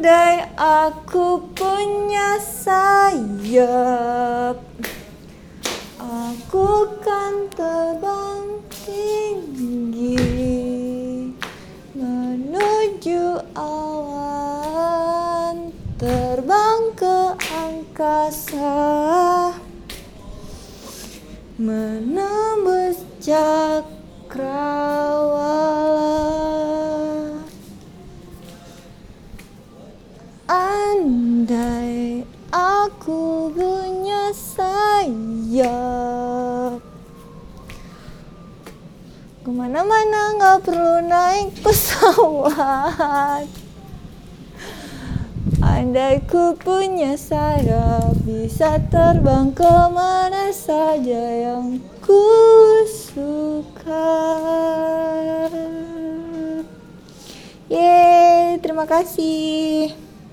Andai aku punya sayap, aku kan terbang tinggi menuju awan, terbang ke angkasa, menembus cakrawala. Andai aku punya sayap, kemana-mana gak perlu naik pesawat. Andai ku punya sayap, bisa terbang kemana saja yang ku suka. Yeay, terima kasih.